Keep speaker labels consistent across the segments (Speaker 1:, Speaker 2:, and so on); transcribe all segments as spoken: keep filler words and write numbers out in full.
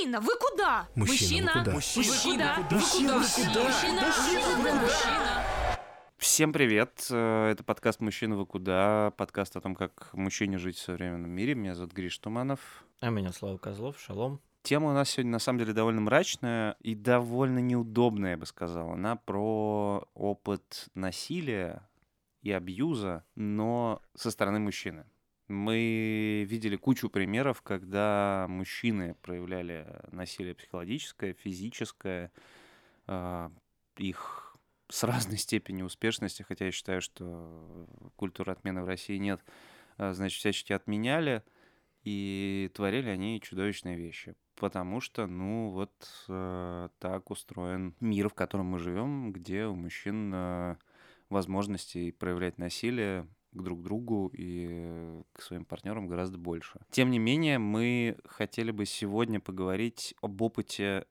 Speaker 1: Мужчина, вы куда?
Speaker 2: Мужчина, вы куда?
Speaker 1: Мужчина, вы куда?
Speaker 2: Мужчина, вы куда?
Speaker 1: Мужчина, вы куда?
Speaker 3: Всем привет, это подкаст «Мужчина, вы куда?», подкаст о том, как мужчине жить в современном мире. Меня зовут Гриш Туманов.
Speaker 4: А меня Слава Козлов, шалом.
Speaker 3: Тема у нас сегодня на самом деле довольно мрачная и довольно неудобная, я бы сказал. Она про опыт насилия и абьюза, но со стороны мужчины. Мы видели кучу примеров, когда мужчины проявляли насилие психологическое, физическое, э, их с разной степенью успешности, хотя я считаю, что культуры отмены в России нет, э, значит, всячески отменяли, и творили они чудовищные вещи. Потому что, ну, вот э, так устроен мир, в котором мы живем, где у мужчин э, возможностей проявлять насилие к друг другу и к своим партнерам гораздо больше. Тем не менее, мы хотели бы сегодня поговорить об опыте,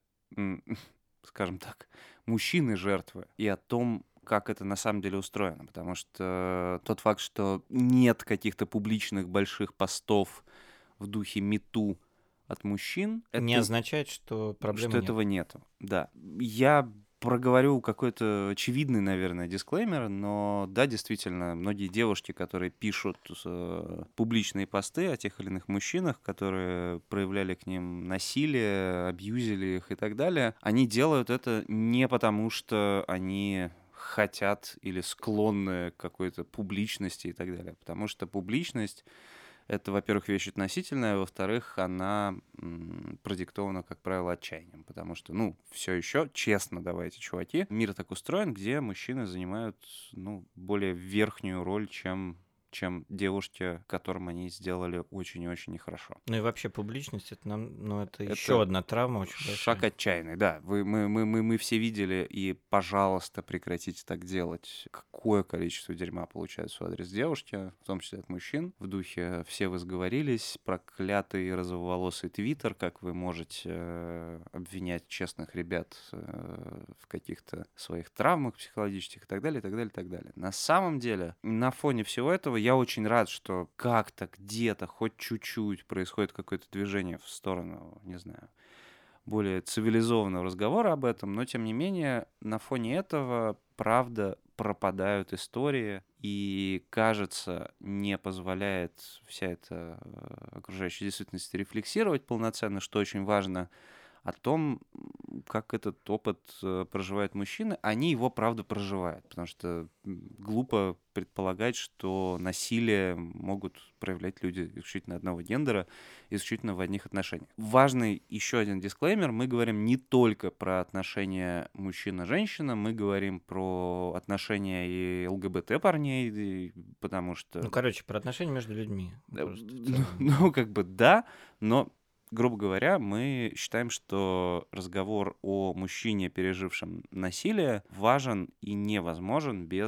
Speaker 3: скажем так, мужчины-жертвы и о том, как это на самом деле устроено. Потому что тот факт, что нет каких-то публичных больших постов в духе мету от мужчин,
Speaker 4: не
Speaker 3: это
Speaker 4: означает, что проблемы
Speaker 3: что
Speaker 4: нет.
Speaker 3: этого нету. Да. Я проговорю какой-то очевидный, наверное, дисклеймер, но да, действительно, многие девушки, которые пишут э, публичные посты о тех или иных мужчинах, которые проявляли к ним насилие, абьюзили их и так далее, они делают это не потому, что они хотят или склонны к какой-то публичности и так далее, потому что публичность — это, во-первых, вещь относительная, во-вторых, она м, продиктована, как правило, отчаянием, потому что, ну, все еще, честно давайте, чуваки, мир так устроен, где мужчины занимают, ну, более верхнюю роль, чем, чем девушки, которым они сделали очень и очень нехорошо.
Speaker 4: Ну и вообще публичность, это, нам, ну, это,
Speaker 3: Это
Speaker 4: еще одна травма очень большая.
Speaker 3: Шаг отчаянный, да. Вы, мы, мы, мы, мы все видели, и, пожалуйста, прекратите так делать. Какое количество дерьма получается в адрес девушки, в том числе от мужчин. В духе «все вы сговорились», проклятый розоволосый твиттер, как вы можете э, обвинять честных ребят э, в каких-то своих травмах психологических и так далее, и так далее, и так далее. На самом деле, на фоне всего этого я очень рад, что как-то, где-то, хоть чуть-чуть происходит какое-то движение в сторону, не знаю, более цивилизованного разговора об этом, но, тем не менее, на фоне этого, правда, пропадают истории, и, кажется, не позволяет вся эта окружающая действительность рефлексировать полноценно, что очень важно, о том, как этот опыт проживает мужчины. Они его, правда, проживают, потому что глупо предполагать, что насилие могут проявлять люди исключительно одного гендера, исключительно в одних отношениях. Важный еще один дисклеймер. Мы говорим не только про отношения мужчина-женщина, мы говорим про отношения и ЛГБТ-парней, потому что...
Speaker 4: Ну, короче, про отношения между людьми. Просто.
Speaker 3: Ну, ну, как бы да, но... Грубо говоря, мы считаем, что разговор о мужчине, пережившем насилие, важен и невозможен без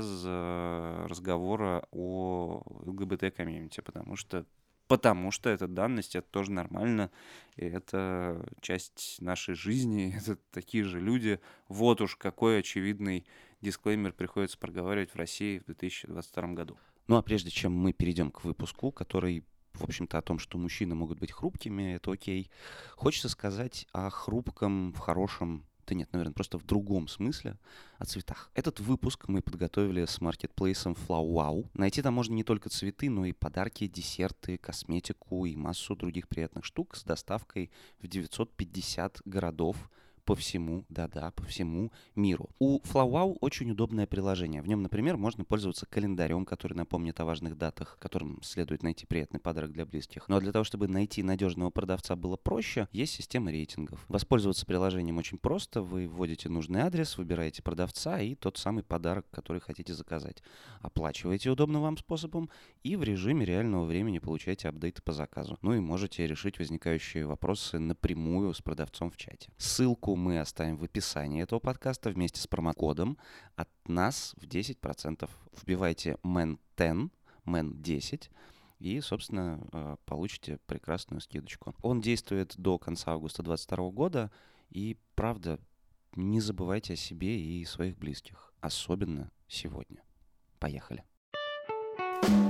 Speaker 3: э, разговора о ЛГБТ-комьюнити, потому что, потому что это данность, это тоже нормально, и это часть нашей жизни, это такие же люди. Вот уж какой очевидный дисклеймер приходится проговаривать в России в две тысячи двадцать втором году. Ну а прежде чем мы перейдем к выпуску, который... в общем-то, о том, что мужчины могут быть хрупкими, это окей. Хочется сказать о хрупком, в хорошем, да нет, наверное, просто в другом смысле, о цветах. Этот выпуск мы подготовили с маркетплейсом FlowWow. Найти там можно не только цветы, но и подарки, десерты, косметику и массу других приятных штук с доставкой в девятьсот пятьдесят городов по всему, да-да, по всему миру. У FlowWow очень удобное приложение. В нем, например, можно пользоваться календарем, который напомнит о важных датах, которым следует найти приятный подарок для близких. Но для того, чтобы найти надежного продавца было проще, есть система рейтингов. Воспользоваться приложением очень просто. Вы вводите нужный адрес, выбираете продавца и тот самый подарок, который хотите заказать. Оплачиваете удобным вам способом и в режиме реального времени получаете апдейты по заказу. Ну и можете решить возникающие вопросы напрямую с продавцом в чате. Ссылку мы оставим в описании этого подкаста вместе с промокодом от нас в десять процентов. Вбивайте мэн десять, мэн десять, и, собственно, получите прекрасную скидочку. Он действует до конца августа двадцать второго года, и, правда, не забывайте о себе и своих близких, особенно сегодня. Поехали.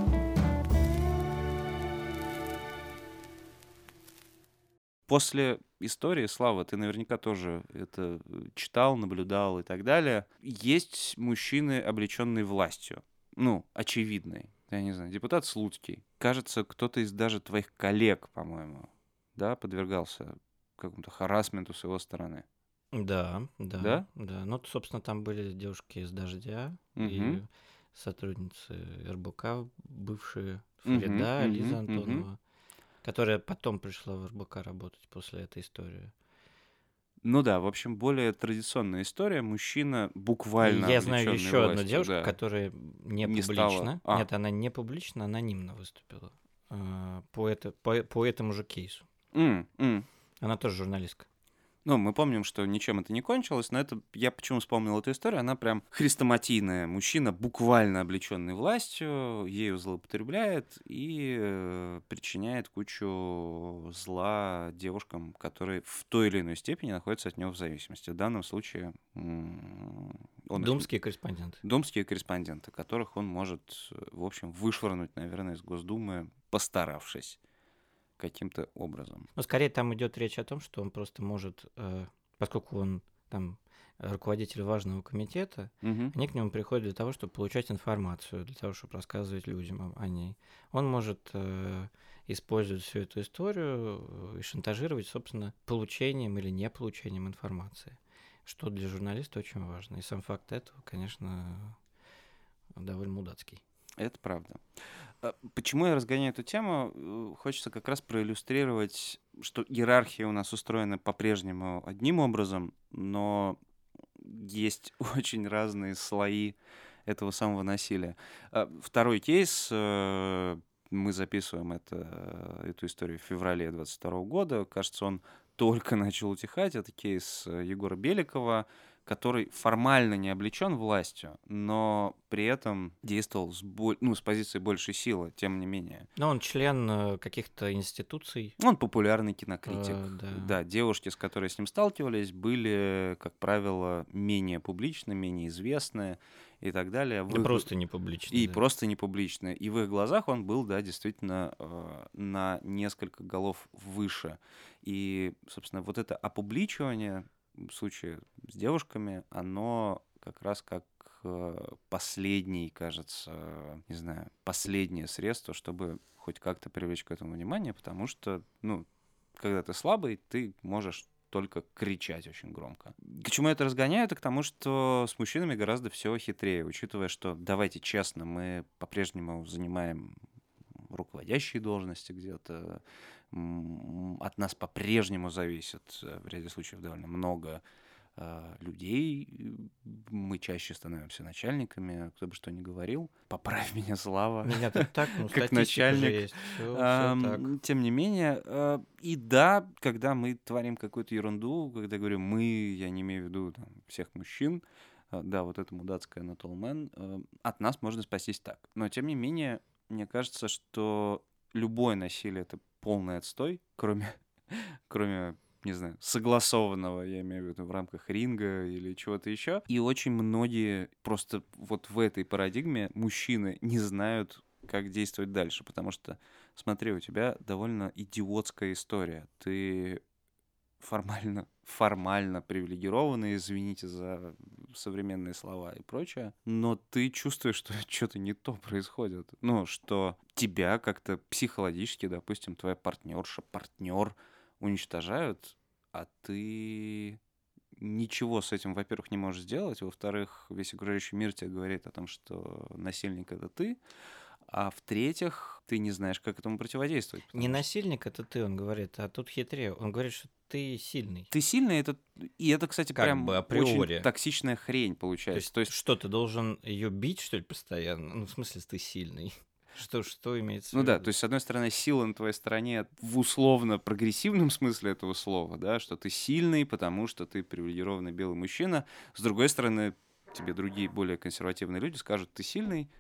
Speaker 3: После истории, Слава, ты наверняка тоже это читал, наблюдал и так далее. Есть мужчины, облеченные властью. Ну, очевидный. Я не знаю, депутат Слуцкий. Кажется, кто-то из даже твоих коллег, по-моему, да, подвергался какому-то харассменту с его стороны.
Speaker 4: Да, да,
Speaker 3: Да?
Speaker 4: да. Ну, т- собственно, там были девушки из «Дождя» и
Speaker 3: Мгм.
Speaker 4: сотрудницы эр бэ ка, бывшие
Speaker 3: Мгм,
Speaker 4: Фарида,
Speaker 3: мгм,
Speaker 4: Лиза
Speaker 3: мгм.
Speaker 4: Антонова, которая потом пришла в эр бэ ка работать после этой истории.
Speaker 3: Ну да, в общем, более традиционная история. Мужчина,
Speaker 4: И
Speaker 3: буквально
Speaker 4: я знаю
Speaker 3: облеченный
Speaker 4: еще одну
Speaker 3: властью,
Speaker 4: девушку,
Speaker 3: да,
Speaker 4: которая не
Speaker 3: не стала...
Speaker 4: публично,
Speaker 3: А,
Speaker 4: нет, она не публично, анонимно выступила а, по, это, по, по этому же кейсу.
Speaker 3: м, м.
Speaker 4: Она тоже журналистка.
Speaker 3: Ну, мы помним, что ничем это не кончилось, но это я почему вспомнил эту историю, она прям хрестоматийная. Мужчина, буквально облеченный властью, ею злоупотребляет и э, причиняет кучу зла девушкам, которые в той или иной степени находятся от него в зависимости. В данном случае м, он их-
Speaker 4: Думские корреспонденты.
Speaker 3: думские корреспонденты, которых он может, э, в общем, вышвырнуть, наверное, из Госдумы, постаравшись каким-то образом.
Speaker 4: Но скорее там идет речь о том, что он просто может, э, поскольку он там руководитель важного комитета,
Speaker 3: Мгм.
Speaker 4: они к нему приходят для того, чтобы получать информацию, для того, чтобы рассказывать людям о, о ней. Он может э, использовать всю эту историю э, и шантажировать, собственно, получением или не получением информации, что для журналиста очень важно. И сам факт этого, конечно, довольно мудацкий.
Speaker 3: Это правда. А Почему я разгоняю эту тему? Э, Хочется как раз проиллюстрировать, что иерархия у нас устроена по-прежнему одним образом, но есть очень разные слои этого самого насилия. А, Второй кейс, э, мы записываем это, эту историю в феврале двадцать второго года. Кажется, он только начал утихать. Это кейс э, Егора Беликова, который формально не облечен властью, но при этом действовал с, боль- ну, с позиции большей силы, тем не менее.
Speaker 4: Но он член э, каких-то институций.
Speaker 3: Он популярный кинокритик.
Speaker 4: Э, да.
Speaker 3: Да, девушки, с которыми с ним сталкивались, были, как правило, менее публичны, менее известны и так далее. В
Speaker 4: Да
Speaker 3: их-
Speaker 4: просто не публично.
Speaker 3: И
Speaker 4: да.
Speaker 3: просто не публичны. И в их глазах он был, да, действительно э, на несколько голов выше. И, собственно, вот это опубличивание в случае с девушками, оно как раз как э, последний, кажется, не знаю, последнее средство, чтобы хоть как-то привлечь к этому внимание, потому что, ну, когда ты слабый, ты можешь только кричать очень громко. К чему я это разгоняю? Это к тому, что с мужчинами гораздо все хитрее, учитывая, что, давайте честно, мы по-прежнему занимаем руководящие должности где-то, м, от нас по-прежнему зависит э, в ряде случаев довольно много э, людей, мы чаще становимся начальниками, кто бы что ни говорил. Поправь меня, Слава.
Speaker 4: Меня тут так, ну,
Speaker 3: Как
Speaker 4: статистика же
Speaker 3: начальник.
Speaker 4: есть. Все, так.
Speaker 3: Ам, Тем не менее, э, и да, когда мы творим какую-то ерунду, когда говорю мы, я не имею в виду там, всех мужчин, э, да, вот это мудацкое not all men, э, от нас можно спастись так. Но тем не менее, мне кажется, что любое насилие — это полный отстой, кроме, кроме, не знаю, согласованного, я имею в виду, в рамках ринга или чего-то еще. И очень многие просто вот в этой парадигме мужчины не знают, как действовать дальше, потому что, смотри, у тебя довольно идиотская история. Ты формально, формально привилегированный, извините за современные слова и прочее, но ты чувствуешь, что что-то не то происходит. Ну, что тебя как-то психологически, допустим, твоя партнерша, партнер уничтожают, а ты ничего с этим, во-первых, не можешь сделать, во-вторых, весь окружающий мир тебе говорит о том, что насильник — это ты, а в-третьих, ты не знаешь, как этому противодействовать.
Speaker 4: Не
Speaker 3: потому что
Speaker 4: насильник, это ты, он говорит, а тут хитрее. Он говорит, что ты сильный.
Speaker 3: Ты сильный, это... и это, кстати,
Speaker 4: Как
Speaker 3: прям
Speaker 4: бы априори.
Speaker 3: очень токсичная хрень
Speaker 4: То
Speaker 3: получается.
Speaker 4: есть,
Speaker 3: То есть,
Speaker 4: что, ты должен ее бить, что ли, постоянно? Ну, в смысле, ты сильный. Что, что имеется в
Speaker 3: ну
Speaker 4: виду?
Speaker 3: да, то есть, с одной стороны, сила на твоей стороне в условно-прогрессивном смысле этого слова, да, что ты сильный, потому что ты привилегированный белый мужчина. С другой стороны, тебе другие более консервативные люди скажут, ты сильный,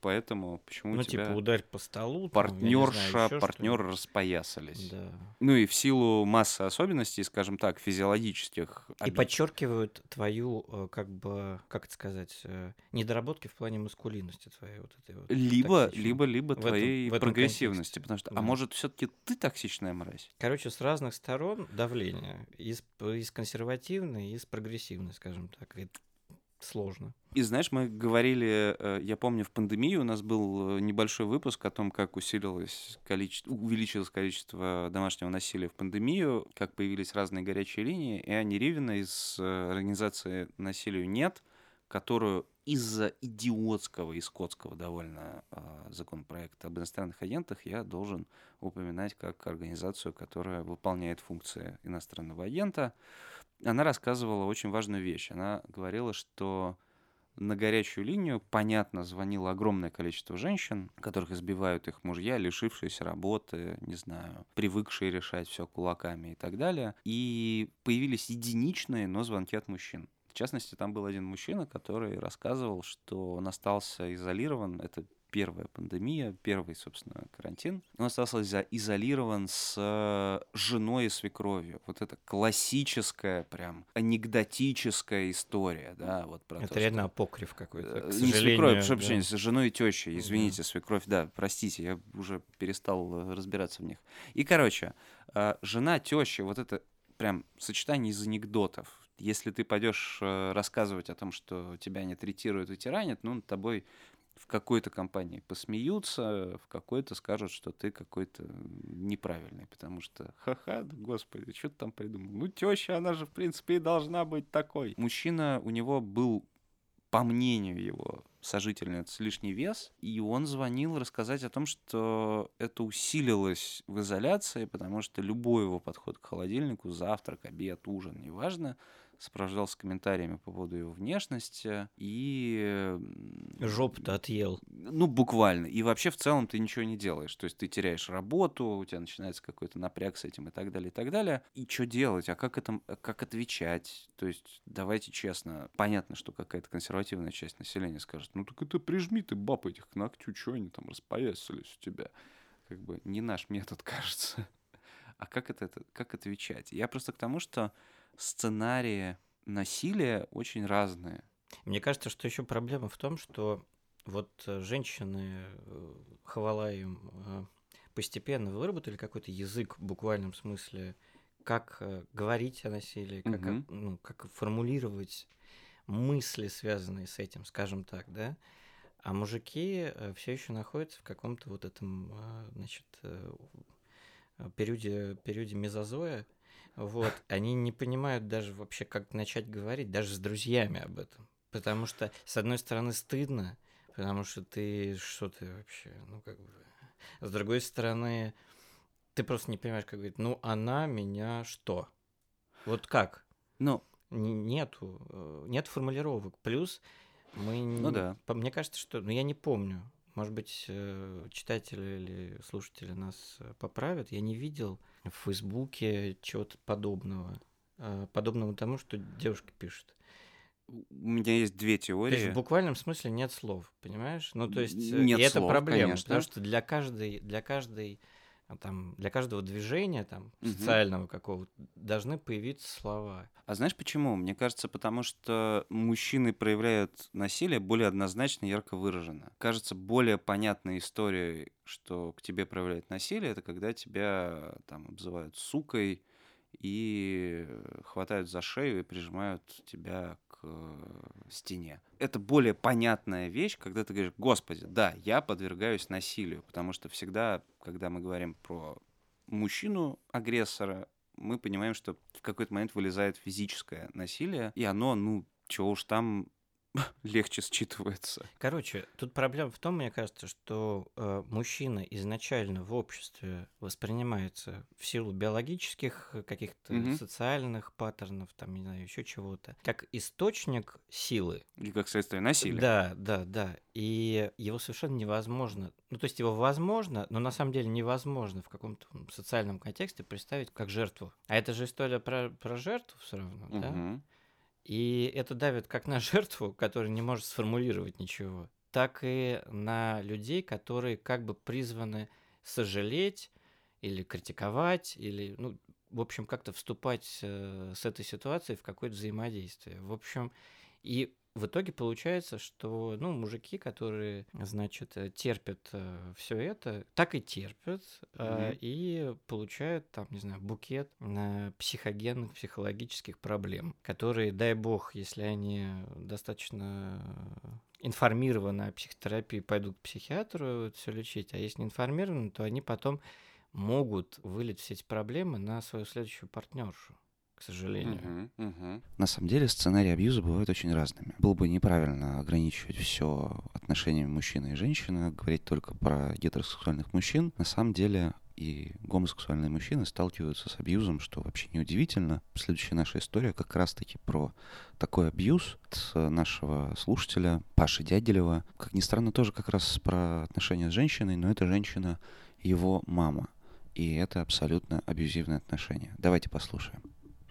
Speaker 3: поэтому почему у
Speaker 4: Ну,
Speaker 3: тебя
Speaker 4: типа, ударь по столу, там, я не знаю,
Speaker 3: партнерша,
Speaker 4: еще
Speaker 3: партнер
Speaker 4: что-нибудь.
Speaker 3: распоясались.
Speaker 4: Да.
Speaker 3: Ну и в силу массы особенностей, скажем так, физиологических
Speaker 4: И
Speaker 3: объ-
Speaker 4: подчеркивают твою, э, как бы, как это сказать, э, недоработки в плане маскулинности твоей вот этой вот
Speaker 3: либо,
Speaker 4: токсичной.
Speaker 3: либо, либо
Speaker 4: В этом,
Speaker 3: твоей
Speaker 4: в этом
Speaker 3: прогрессивности,
Speaker 4: контексте.
Speaker 3: потому что, а
Speaker 4: Да.
Speaker 3: может, все-таки ты токсичная мразь?
Speaker 4: Короче, с разных сторон давление. Из, из консервативной, из прогрессивной, скажем так. И сложно.
Speaker 3: И знаешь, мы говорили, э, я помню, в пандемию у нас был э, небольшой выпуск о том, как усилилось количество, увеличилось количество домашнего насилия в пандемию, как появились разные горячие линии, и Ани Ривина из э, организации «Насилию нет», которую из-за идиотского и скотского довольно э, законопроекта об иностранных агентах я должен упоминать как организацию, которая выполняет функции иностранного агента. Она рассказывала очень важную вещь. Она говорила, что на горячую линию, понятно, звонило огромное количество женщин, которых избивают их мужья, лишившиеся работы, не знаю, привыкшие решать все кулаками и так далее. И появились единичные, но звонки от мужчин. В частности, там был один мужчина, который рассказывал, что он остался изолирован. Это первая пандемия, первый, собственно, карантин. Он остался изо- изолирован с женой и свекровью. Вот это классическая, прям анекдотическая история, да, вот про
Speaker 4: Это
Speaker 3: то,
Speaker 4: реально
Speaker 3: что...
Speaker 4: апокриф какой-то,
Speaker 3: э,
Speaker 4: к
Speaker 3: Не свекровь,
Speaker 4: сожалению.
Speaker 3: прошу прощения,
Speaker 4: Да.
Speaker 3: с женой и тещей,
Speaker 4: Да.
Speaker 3: извините, свекровь, да, простите, я уже перестал э, разбираться в них. И, короче, э, жена, теща, вот это прям сочетание из анекдотов. Если ты пойдешь э, рассказывать о том, что тебя не третируют и тиранят, ну, над тобой в какой-то компании посмеются, в какой-то скажут, что ты какой-то неправильный, потому что, ха-ха, да господи, что ты там придумал? Ну, теща, она же, в принципе, и должна быть такой. Мужчина, у него был, по мнению его сожительницы, лишний вес, и он звонил рассказать о том, что это усилилось в изоляции, потому что любой его подход к холодильнику, завтрак, обед, ужин, неважно, сопровождался комментариями по поводу его внешности и...
Speaker 4: Жопу-то отъел.
Speaker 3: Ну, буквально. И вообще в целом ты ничего не делаешь. То есть ты теряешь работу, у тебя начинается какой-то напряг с этим и так далее, и так далее. И что делать? А как, это, как отвечать? То есть давайте честно. Понятно, что какая-то консервативная часть населения скажет, ну так это прижми ты баб этих к ногтю, что они там распоясались у тебя? Как бы не наш метод, кажется. А как, это, это, как отвечать? Я просто к тому, что сценарии насилия очень разные.
Speaker 4: Мне кажется, что еще проблема в том, что вот э, женщины, э, хвала им, э, постепенно выработали какой-то язык в буквальном смысле, как э, говорить о насилии, как,
Speaker 3: Мгм.
Speaker 4: о- ну, как формулировать мысли, связанные с этим, скажем так, да. А мужики все еще находятся в каком-то вот этом, э, значит, э, э, периоде, периоде мезозоя. Вот, они не понимают даже вообще, как начать говорить, даже с друзьями об этом. Потому что, с одной стороны, стыдно, потому что ты, что ты вообще, ну, как бы... С другой стороны, ты просто не понимаешь, как говорить, ну, она меня что? Вот как?
Speaker 3: Ну,
Speaker 4: Н- Нету, э, нет формулировок. Плюс мы...
Speaker 3: ну
Speaker 4: н-
Speaker 3: да.
Speaker 4: по- Мне кажется, что... Ну, я не помню. Может быть, э, читатели или слушатели нас э, поправят. Я не видел в Фейсбуке чего-то подобного. э, Подобного тому, что девушка пишет.
Speaker 3: У меня есть две
Speaker 4: То есть в
Speaker 3: теории.
Speaker 4: буквальном смысле нет слов, понимаешь? Ну, то есть, э,
Speaker 3: Нет
Speaker 4: и это
Speaker 3: слов,
Speaker 4: проблема,
Speaker 3: конечно.
Speaker 4: потому что для каждой, для каждой, а, там, для каждого движения, там,
Speaker 3: Мгм.
Speaker 4: социального какого-то, должны появиться слова.
Speaker 3: А знаешь почему? Мне кажется, потому что мужчины проявляют насилие более однозначно, ярко выражено. Кажется, более понятной историей, что к тебе проявляют насилие, это когда тебя там обзывают сукой и хватают за шею и прижимают тебя к э, стене. Это более понятная вещь, когда ты говоришь, господи, да, я подвергаюсь насилию, потому что всегда, когда мы говорим про мужчину-агрессора, мы понимаем, что в какой-то момент вылезает физическое насилие, и оно, ну, чего уж там, легче считывается.
Speaker 4: Короче, тут проблема в том, мне кажется, что э, мужчина изначально в обществе воспринимается в силу биологических э, каких-то
Speaker 3: Мгм.
Speaker 4: социальных паттернов, там, не знаю, еще чего-то, как источник силы.
Speaker 3: Или как следствие насилия.
Speaker 4: Да, да, да. И его совершенно невозможно, ну, то есть его возможно, но на самом деле невозможно в каком-то м, социальном контексте представить как жертву. А это же история про, про жертву все равно, да?
Speaker 3: Мгм.
Speaker 4: И это давит как на жертву, которая не может сформулировать ничего, так и на людей, которые как бы призваны сожалеть или критиковать, или, ну, в общем, как-то вступать э, с этой ситуацией в какое-то взаимодействие. В общем, и в итоге получается, что, ну, мужики, которые, значит, э, терпят все это, так и терпят, э,
Speaker 3: Мгм.
Speaker 4: и получают там, не знаю, букет э, психогенных, психологических проблем, которые, дай бог, если они достаточно информированы о психотерапии, пойдут к психиатру все лечить, а если не информированы, то они потом могут вылить все эти проблемы на свою следующую партнершу, к сожалению.
Speaker 3: Мгм, мгм. На самом деле сценарии абьюза бывают очень разными. Было бы неправильно ограничивать все отношениями мужчины и женщины, говорить только про гетеросексуальных мужчин. На самом деле и гомосексуальные мужчины сталкиваются с абьюзом, что вообще неудивительно. Следующая наша история как раз-таки про такой абьюз от нашего слушателя Паши Дягилева. Как ни странно, тоже как раз про отношения с женщиной, но эта женщина его мама. И это абсолютно абьюзивные отношения. Давайте послушаем.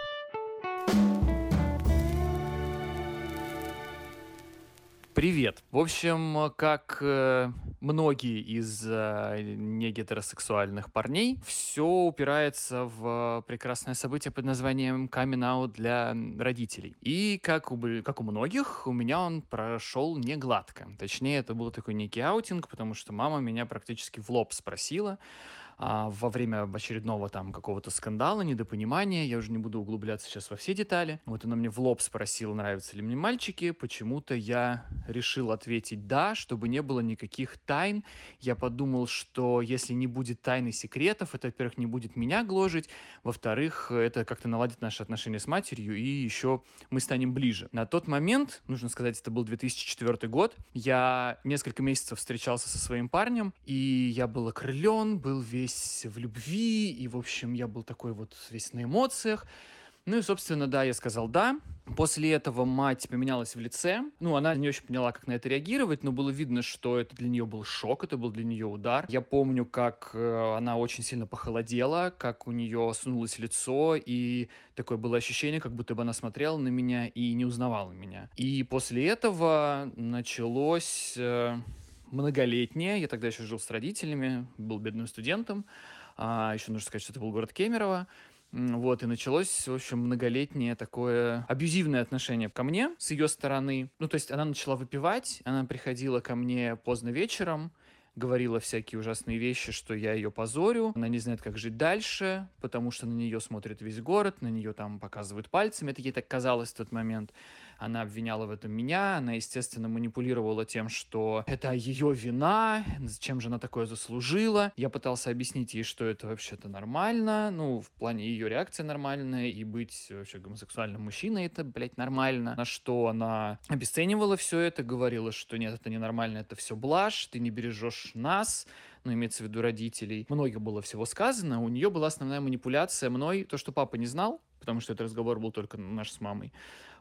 Speaker 2: Привет. В общем, как э, многие из э, негетеросексуальных парней, все упирается в прекрасное событие под названием камин-аут для родителей. И как у, б- как у многих, у меня он прошел не гладко. Точнее, это был такой некий аутинг, потому что мама меня практически в лоб спросила, а, во время очередного там какого-то скандала, недопонимания, я уже не буду углубляться сейчас во все детали. Вот она мне в лоб спросила, нравятся ли мне мальчики. Почему-то я решил ответить «да», чтобы не было никаких тайн. Я подумал, что если не будет тайн и секретов, это, во-первых, не будет меня гложить, во-вторых, это как-то наладит наши отношения с матерью, и еще мы станем ближе. На тот момент, нужно сказать, это был две тысячи четвёртый год, я несколько месяцев встречался со своим парнем, и я был окрылен, был весь в любви, и, в общем, я был такой вот весь на эмоциях. Ну и, собственно, да, я сказал «да». После этого мать поменялась в лице. Ну, она не очень поняла, как на это реагировать, но было видно, что это для нее был шок, это был для нее удар. Я помню, как э, она очень сильно похолодела, как у нее сунулось лицо, и такое было ощущение, как будто бы она смотрела на меня и не узнавала меня. И после этого началось... Э, многолетнее. Я тогда еще жил с родителями, был бедным студентом. А, еще нужно сказать, что это был город Кемерово. М, Вот, и началось, в общем, многолетнее такое абьюзивное отношение ко мне с ее стороны. Ну, то есть она начала выпивать, она приходила ко мне поздно вечером, говорила всякие ужасные вещи, что я ее позорю, она не знает, как жить дальше, потому что на нее смотрит весь город, на нее там показывают пальцами, это ей так казалось в тот момент. Она обвиняла в этом меня, она, естественно, манипулировала тем, что это ее вина, зачем же она такое заслужила. Я пытался объяснить ей, что это вообще-то нормально, ну, в плане ее реакции нормальная, и быть вообще гомосексуальным мужчиной это, блядь, нормально. На что она обесценивала все это, говорила, что нет, это ненормально, это все блажь, ты не бережешь нас, ну, имеется в виду родителей. Много было всего сказано, у нее была основная манипуляция мной, то, что папа не знал, потому что этот разговор был только наш с мамой.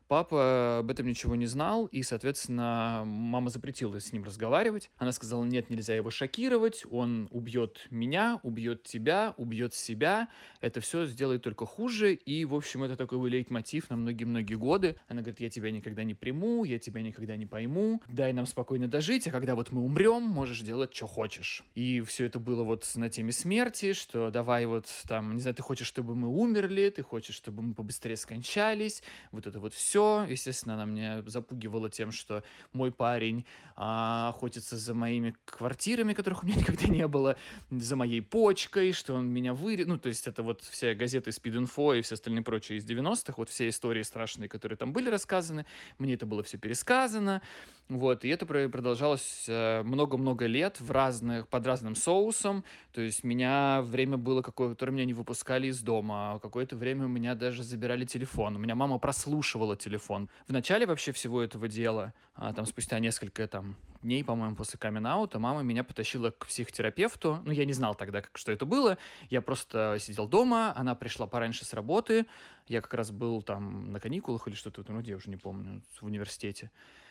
Speaker 2: Папа об этом ничего не знал, и, соответственно, мама запретила с ним разговаривать. Она сказала, нет, нельзя его шокировать, он убьет меня, убьет тебя, убьет себя, это все сделает только хуже, и, в общем, это такой лейтмотив на многие-многие годы. Она говорит, я тебя никогда не приму, я тебя никогда не пойму, дай нам спокойно дожить, а когда вот мы умрем, можешь делать, что хочешь. И все это было вот на теме смерти, что давай вот там, не знаю, ты хочешь, чтобы мы умерли, ты хочешь, чтобы мы побыстрее скончались, вот это вот все. Естественно, она меня запугивала тем, что мой парень а, охотится за моими квартирами, которых у меня никогда не было, за моей почкой, что он меня вырежет. Ну, то есть это вот все газеты Speed.Info и все остальные прочие из девяностых, вот все истории страшные, которые там были рассказаны, мне это было все пересказано. Вот, и это продолжалось э, много-много лет в разных, под разным соусом. То есть меня время было какое-то, которое меня не выпускали из дома. Какое-то время у меня даже забирали телефон. У меня мама прослушивала телефон. В начале вообще всего этого дела, а, там спустя несколько там дней, по-моему, после камин-аута, мама меня потащила к психотерапевту. Ну, я не знал тогда, как, что это было. Я просто сидел дома, она пришла пораньше с работы. Я как раз был там на каникулах или что-то в этом роде, я уже не помню, в университете.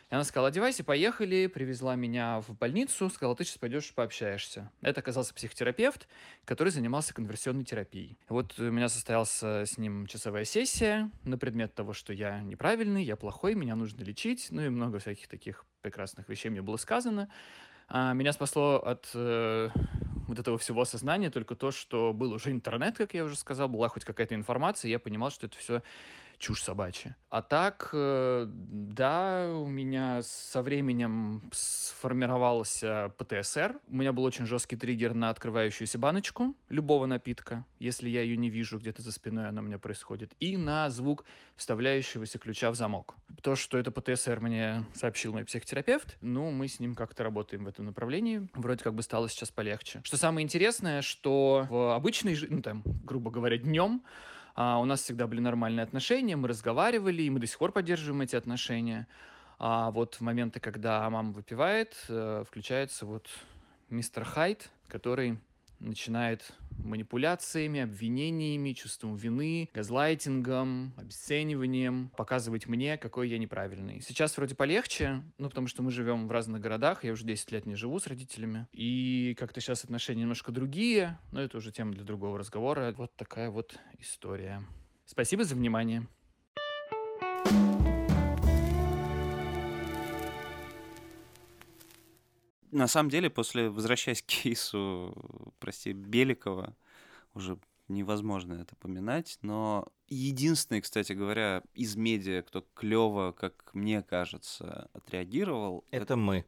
Speaker 2: И она сказала: одевайся, поехали, привезла меня в больницу, сказала: ты сейчас пойдешь пообщаешься. Это оказался психотерапевт, который занимался конверсионной терапией. Вот у меня состоялась с ним часовая сессия на предмет того, что я неправильный, я плохой, меня нужно лечить, ну и много всяких таких прекрасных вещей мне было сказано. А меня спасло от э, вот этого всего осознания только то, что был уже интернет, как я уже сказал, была хоть какая-то информация, и я понимал, что это все чушь собачья. А так, э, да, у меня со временем сформировался пэ тэ эс эр. У меня был очень жесткий триггер на открывающуюся баночку любого напитка. Если я ее не вижу где-то за спиной, она у меня происходит. И на звук вставляющегося ключа в замок. То, что это пэ тэ эс эр, мне сообщил мой психотерапевт. Ну, мы с ним как-то работаем в этом направлении. Вроде как бы стало сейчас полегче. Что самое интересное, что в обычной жизни, ну там, грубо говоря, днем, а, у нас всегда были нормальные отношения, мы разговаривали, и мы до сих пор поддерживаем эти отношения. А вот в моменты, когда мама выпивает, э, включается вот мистер Хайд, который начинает манипуляциями, обвинениями, чувством вины, газлайтингом, обесцениванием показывать мне, какой я неправильный. Сейчас вроде полегче, ну, потому что мы живем в разных городах, я уже десять лет не живу с родителями, и как-то сейчас отношения немножко другие, но это уже тема для другого разговора. Вот такая вот история. Спасибо за внимание.
Speaker 3: На самом деле, после, возвращаясь к кейсу, прости, Беликова, уже невозможно это поминать, но единственный, кстати говоря, из медиа, кто клево, как мне кажется, отреагировал...
Speaker 4: Это мы.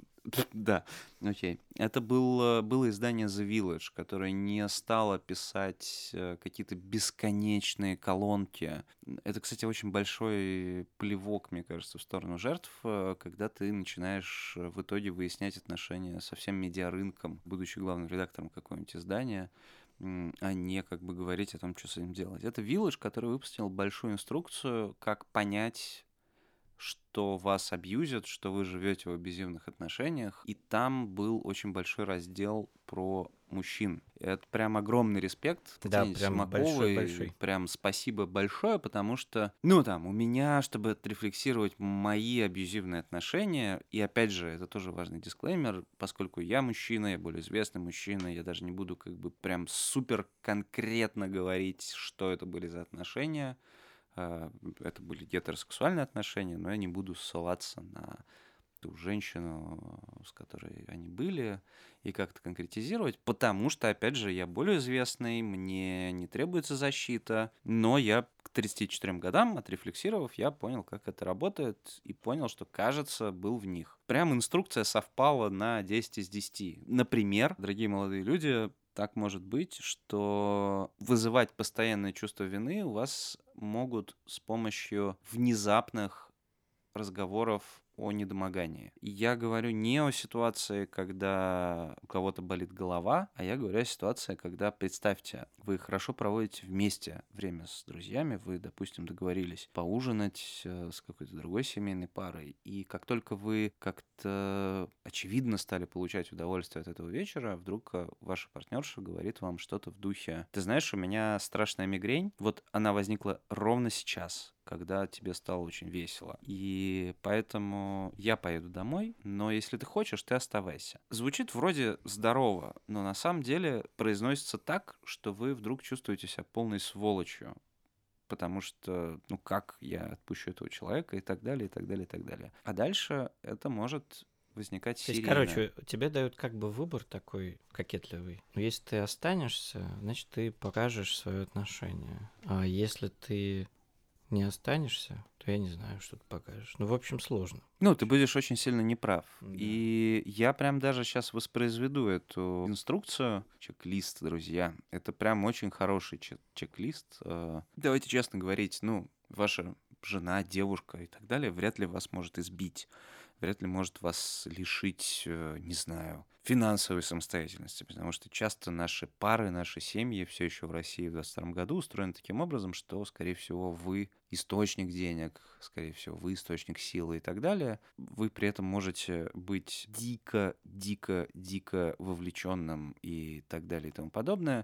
Speaker 3: Да, окей. Это было, было издание The Village, которое не стало писать какие-то бесконечные колонки. Это, кстати, очень большой плевок, мне кажется, в сторону жертв, когда ты начинаешь в итоге выяснять отношения со всем медиарынком, будучи главным редактором какого-нибудь издания, а не как бы говорить о том, что с этим делать. Это Village, который выпустил большую инструкцию, как понять, что вас абьюзят, что вы живете в абьюзивных отношениях. И там был очень большой раздел про мужчин. Это прям огромный респект
Speaker 4: Да,
Speaker 3: Татьяне
Speaker 4: прям
Speaker 3: Симаковой.
Speaker 4: большой-большой.
Speaker 3: Прям спасибо большое, потому что, ну там, у меня, чтобы отрефлексировать мои абьюзивные отношения, и опять же, это тоже важный дисклеймер, поскольку я мужчина, я более известный мужчина, я даже не буду как бы прям супер конкретно говорить, что это были за отношения. Это были гетеросексуальные отношения, но я не буду ссылаться на ту женщину, с которой они были, и как-то конкретизировать, потому что, опять же, я более известный, мне не требуется защита, но я к тридцати четырем годам, отрефлексировав, я понял, как это работает, и понял, что, кажется, был в них. Прям инструкция совпала на десять из десяти. Например, дорогие молодые люди, так может быть, что вызывать постоянное чувство вины у вас могут с помощью внезапных разговоров о недомогании. И я говорю не о ситуации, когда у кого-то болит голова, а я говорю о ситуации, когда, представьте, вы хорошо проводите вместе время с друзьями, вы, допустим, договорились поужинать с какой-то другой семейной парой, и как только вы как-то очевидно стали получать удовольствие от этого вечера, вдруг ваша партнерша говорит вам что-то в духе: «Ты знаешь, у меня страшная мигрень, вот она возникла ровно сейчас, когда тебе стало очень весело. И поэтому я поеду домой, но если ты хочешь, ты оставайся». Звучит вроде здорово, но на самом деле произносится так, что вы вдруг чувствуете себя полной сволочью. Потому что, ну как я отпущу этого человека, и так далее, и так далее, и так далее. А дальше это может возникать
Speaker 4: То есть,
Speaker 3: серийно.
Speaker 4: короче, тебе дают как бы выбор такой кокетливый. Но если ты останешься, значит, ты покажешь свое отношение. А если ты не останешься, то я не знаю, что ты покажешь. Ну, в общем, сложно.
Speaker 3: Ну, ты будешь очень сильно неправ.
Speaker 4: Да.
Speaker 3: И я прям даже сейчас воспроизведу эту инструкцию. Чек-лист, друзья. Это прям очень хороший чек- чек-лист. Э, Давайте честно говорить, ну, ваша жена, девушка и так далее вряд ли вас может избить. Вряд ли может вас лишить, э, не знаю, финансовой самостоятельности, потому что часто наши пары, наши семьи все еще в России в двадцать втором году устроены таким образом, что, скорее всего, вы источник денег, скорее всего, вы источник силы и так далее. Вы при этом можете быть дико, дико, дико вовлеченным и так далее и тому подобное.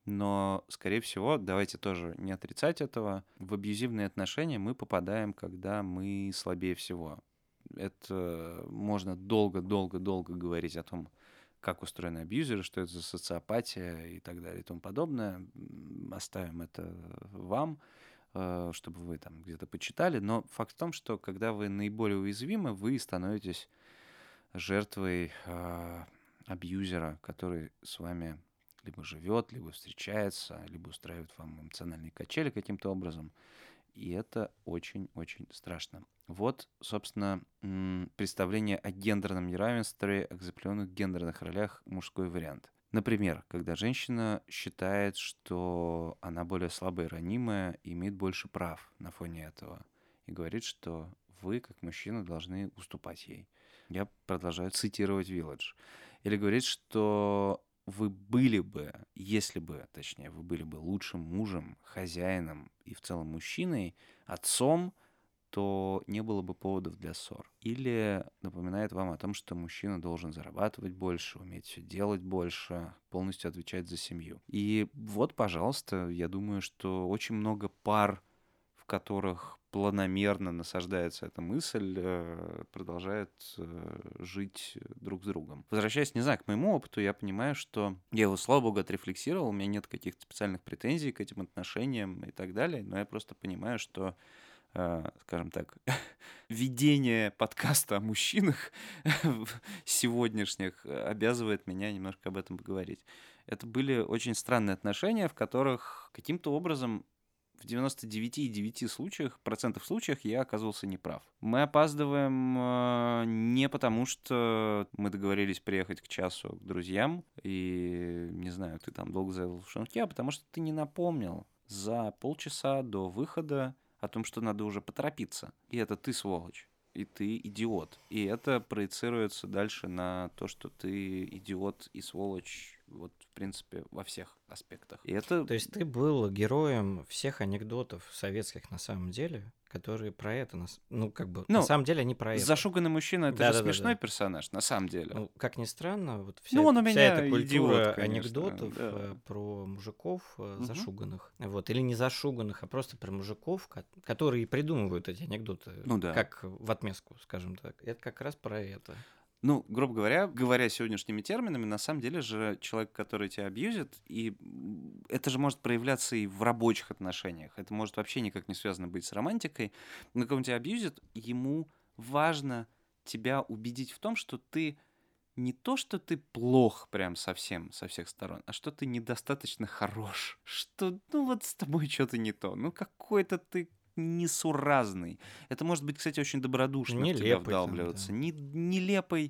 Speaker 3: Но, скорее всего, давайте тоже не отрицать этого, в абьюзивные отношения мы попадаем, когда мы слабее всего. Это можно долго-долго-долго говорить о том, как устроены абьюзеры, что это за социопатия и так далее и тому подобное. Оставим это вам, чтобы вы там где-то почитали. Но факт в том, что когда вы наиболее уязвимы, вы становитесь жертвой э, абьюзера, который с вами либо живет, либо встречается, либо устраивает вам эмоциональные качели каким-то образом. И это очень-очень страшно. Вот, собственно, представление о гендерном неравенстве, о закрепленных гендерных ролях, мужской вариант. Например, когда женщина считает, что она более слабая и ранимая, и имеет больше прав на фоне этого, и говорит, что вы, как мужчина, должны уступать ей. Я продолжаю цитировать Village. Или говорит, что вы были бы, если бы, точнее, вы были бы лучшим мужем, хозяином и в целом мужчиной, отцом, то не было бы поводов для ссор. Или напоминает вам о том, что мужчина должен зарабатывать больше, уметь все делать больше, полностью отвечать за семью. И вот, пожалуйста, я думаю, что очень много пар, в которых планомерно насаждается эта мысль, продолжает жить друг с другом. Возвращаясь, не знаю, к моему опыту, я понимаю, что я его, слава богу, отрефлексировал, у меня нет каких-то специальных претензий к этим отношениям и так далее, но я просто понимаю, что, скажем так, ведение подкаста о мужчинах сегодняшних обязывает меня немножко об этом поговорить. Это были очень странные отношения, в которых каким-то образом в девяноста девяти и девяти случаях, процентов случаях я оказывался неправ. Мы опаздываем э, не потому, что мы договорились приехать к часу к друзьям, и, не знаю, ты там долго завел в шумке, а потому что ты не напомнил за полчаса до выхода о том, что надо уже поторопиться. И это ты сволочь, и ты идиот. И это проецируется дальше на то, что ты идиот и сволочь, вот, в принципе, во всех аспектах. И это...
Speaker 4: То есть ты был героем всех анекдотов советских на самом деле, которые про это, ну, как бы, ну, на самом деле они про это.
Speaker 3: Зашуганный мужчина — это
Speaker 4: да,
Speaker 3: же
Speaker 4: да,
Speaker 3: смешной
Speaker 4: да.
Speaker 3: персонаж, на самом деле.
Speaker 4: Ну, как ни странно, вот вся,
Speaker 3: ну, он у
Speaker 4: вся
Speaker 3: меня
Speaker 4: эта культура
Speaker 3: идиот, конечно,
Speaker 4: анекдотов
Speaker 3: да.
Speaker 4: про мужиков
Speaker 3: Угу.
Speaker 4: зашуганных, вот, или не зашуганных, а просто про мужиков, которые придумывают эти анекдоты,
Speaker 3: ну, да.
Speaker 4: как в отместку, скажем так. Это как раз про это.
Speaker 3: Ну, грубо говоря, говоря сегодняшними терминами, на самом деле же человек, который тебя абьюзит, и это же может проявляться и в рабочих отношениях. Это может вообще никак не связано быть с романтикой. Но когда он тебя абьюзит, ему важно тебя убедить в том, что ты не то, что ты плох прям совсем со всех сторон, а что ты недостаточно хорош. Что, ну вот с тобой что-то не то. Ну какой-то ты несуразный. Это может быть, кстати, очень добродушно
Speaker 4: нелепый,
Speaker 3: в тебя вдалбливаться.
Speaker 4: Там, да.
Speaker 3: Не, нелепый.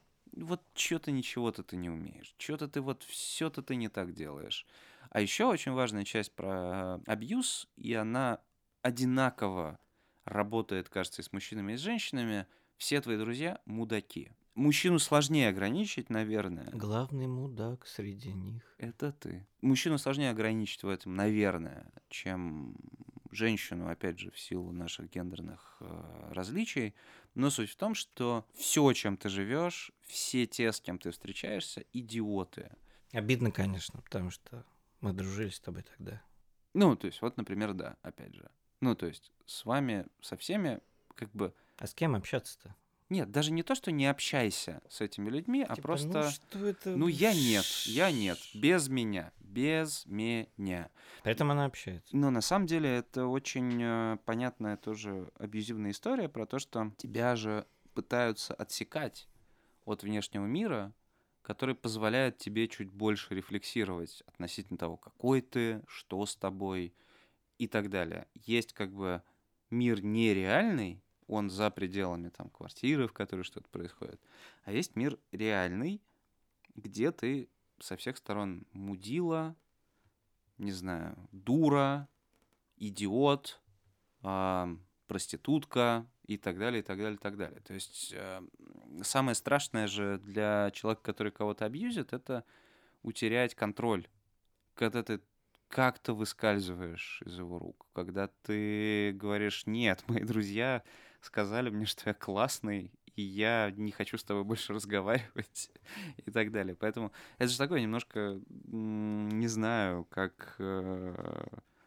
Speaker 3: Вот что-то ничего-то ты не умеешь. Что-то ты вот все-то ты не так делаешь. А еще очень важная часть про абьюз, и она одинаково работает, кажется, и с мужчинами, и с женщинами. Все твои друзья — мудаки. Мужчину сложнее ограничить, наверное.
Speaker 4: Главный мудак среди них.
Speaker 3: Это ты. Мужчину сложнее ограничить в этом, наверное, чем женщину, опять же, в силу наших гендерных э, различий. Но суть в том, что все, чем ты живешь, все те, с кем ты встречаешься, идиоты.
Speaker 4: Обидно, конечно, потому что мы дружили с тобой тогда.
Speaker 3: Ну, то есть, вот, например, да, опять же. Ну, то есть, с вами, со всеми, как бы...
Speaker 4: А с кем общаться-то?
Speaker 3: Нет, даже не то, что не общайся с этими людьми,
Speaker 4: типа,
Speaker 3: а просто...
Speaker 4: Ну, что это...
Speaker 3: ну, я нет, я нет, без меня, без меня.
Speaker 4: Поэтому она общается.
Speaker 3: Но на самом деле это очень э, понятная тоже абьюзивная история про то, что тебя же пытаются отсекать от внешнего мира, который позволяет тебе чуть больше рефлексировать относительно того, какой ты, что с тобой и так далее. Есть как бы мир нереальный, он за пределами там квартиры, в которой что-то происходит. А есть мир реальный, где ты со всех сторон мудила, не знаю, дура, идиот, э, проститутка и так далее, и так далее, и так далее. То есть э, самое страшное же для человека, который кого-то абьюзит, это утерять контроль. Когда ты как-то выскальзываешь из его рук, когда ты говоришь: нет, мои друзья сказали мне, что я классный, и я не хочу с тобой больше разговаривать, и так далее. Поэтому это же такое немножко, не знаю, как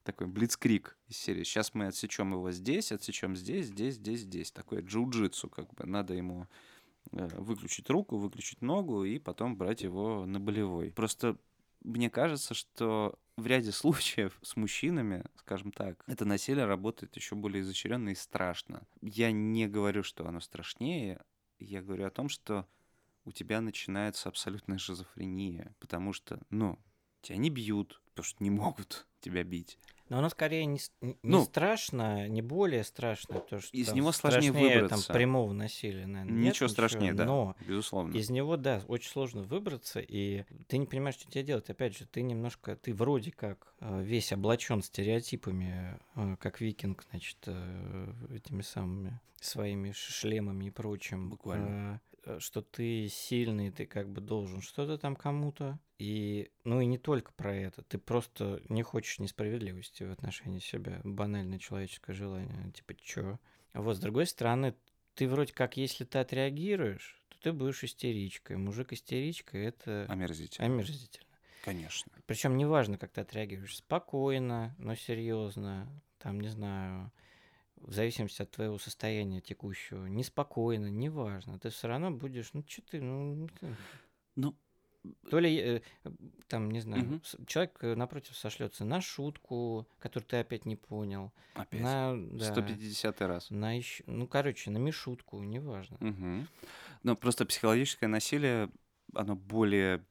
Speaker 3: такой блицкриг из серии. Сейчас мы отсечем его здесь, отсечем здесь, здесь, здесь, здесь. Такое джиу-джитсу, как бы. Надо ему э, выключить руку, выключить ногу и потом брать его на болевой. Просто мне кажется, что в ряде случаев с мужчинами, скажем так, это насилие работает еще более изощренно и страшно. Я не говорю, что оно страшнее, я говорю о том, что у тебя начинается абсолютная шизофрения, потому что, ну, тебя не бьют, потому что не могут тебя бить.
Speaker 4: Но оно скорее не, с- не
Speaker 3: Ну,
Speaker 4: страшно, не более страшно, потому что
Speaker 3: из
Speaker 4: там
Speaker 3: него сложнее
Speaker 4: страшнее там
Speaker 3: выбраться.
Speaker 4: прямого насилия, наверное, нет
Speaker 3: Ничего страшнее, да,
Speaker 4: но
Speaker 3: безусловно.
Speaker 4: из него, да, очень сложно выбраться, и ты не понимаешь, что тебе делать. Опять же, ты немножко, ты вроде как э, весь облачен стереотипами, э, как викинг, значит, э, этими самыми своими ш- шлемами и прочим.
Speaker 3: Буквально.
Speaker 4: э, э, Что ты сильный, ты как бы должен что-то там кому-то. И, ну и не только про это. Ты просто не хочешь несправедливости в отношении себя. Банальное человеческое желание. Типа, чё? Вот, с другой стороны, ты вроде как, если ты отреагируешь, то ты будешь истеричкой. Мужик-истеричка — это
Speaker 3: Омерзительно,
Speaker 4: омерзительно.
Speaker 3: конечно.
Speaker 4: Причем неважно, как ты отреагируешь. Спокойно, но серьезно. Там, не знаю, в зависимости от твоего состояния текущего. Неспокойно, неважно. Ты все равно будешь, ну, что ты, ну, ты-
Speaker 3: Ну,
Speaker 4: то ли, э, там, не знаю,
Speaker 3: мгм.
Speaker 4: с- человек э, напротив сошлется на шутку, которую ты опять не понял,
Speaker 3: Опять.
Speaker 4: на,
Speaker 3: сто
Speaker 4: да,
Speaker 3: пятидесятый раз.
Speaker 4: на еще, ну, короче, на мишутку, неважно.
Speaker 3: Мгм. Ну, просто психологическое насилие, оно более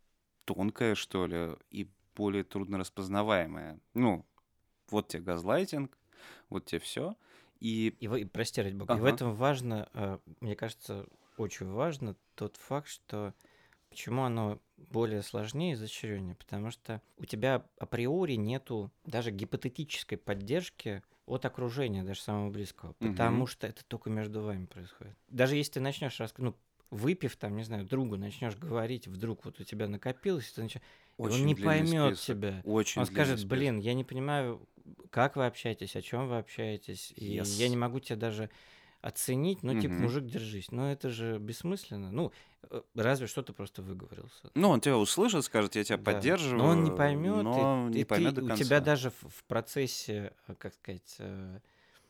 Speaker 3: тонкое, что ли, и более трудно распознаваемое. Ну, вот тебе газлайтинг, вот тебе все. И,
Speaker 4: И, в- и прости, ради бога, и в
Speaker 3: ага,
Speaker 4: этом важно, э, мне кажется, очень важно тот факт, что почему оно более сложнее и изощреннее, потому что у тебя априори нету даже гипотетической поддержки от окружения, даже самого близкого, потому
Speaker 3: мгм.
Speaker 4: что это только между вами происходит. Даже если ты начнешь рассказывать, ну, выпив там, не знаю, другу, начнешь говорить, вдруг вот у тебя накопилось, ты начнешь, и он
Speaker 3: Очень
Speaker 4: не
Speaker 3: длинный
Speaker 4: поймет
Speaker 3: список.
Speaker 4: тебя.
Speaker 3: Очень
Speaker 4: Он
Speaker 3: длинный
Speaker 4: скажет,
Speaker 3: список.
Speaker 4: блин, я не понимаю, как вы общаетесь, о чем вы общаетесь, и я не
Speaker 3: Yes.
Speaker 4: могу тебя даже оценить, ну, типа,
Speaker 3: Мгм.
Speaker 4: мужик, держись. Но это же бессмысленно. Ну, э, разве что ты просто выговорился.
Speaker 3: Ну, он тебя услышит, скажет, я тебя
Speaker 4: Да. Но он не
Speaker 3: поддерживаю,
Speaker 4: поймет,
Speaker 3: но
Speaker 4: и,
Speaker 3: не
Speaker 4: и
Speaker 3: поймет
Speaker 4: ты,
Speaker 3: до
Speaker 4: у тебя
Speaker 3: конца.
Speaker 4: даже в, в процессе, э, как сказать, э,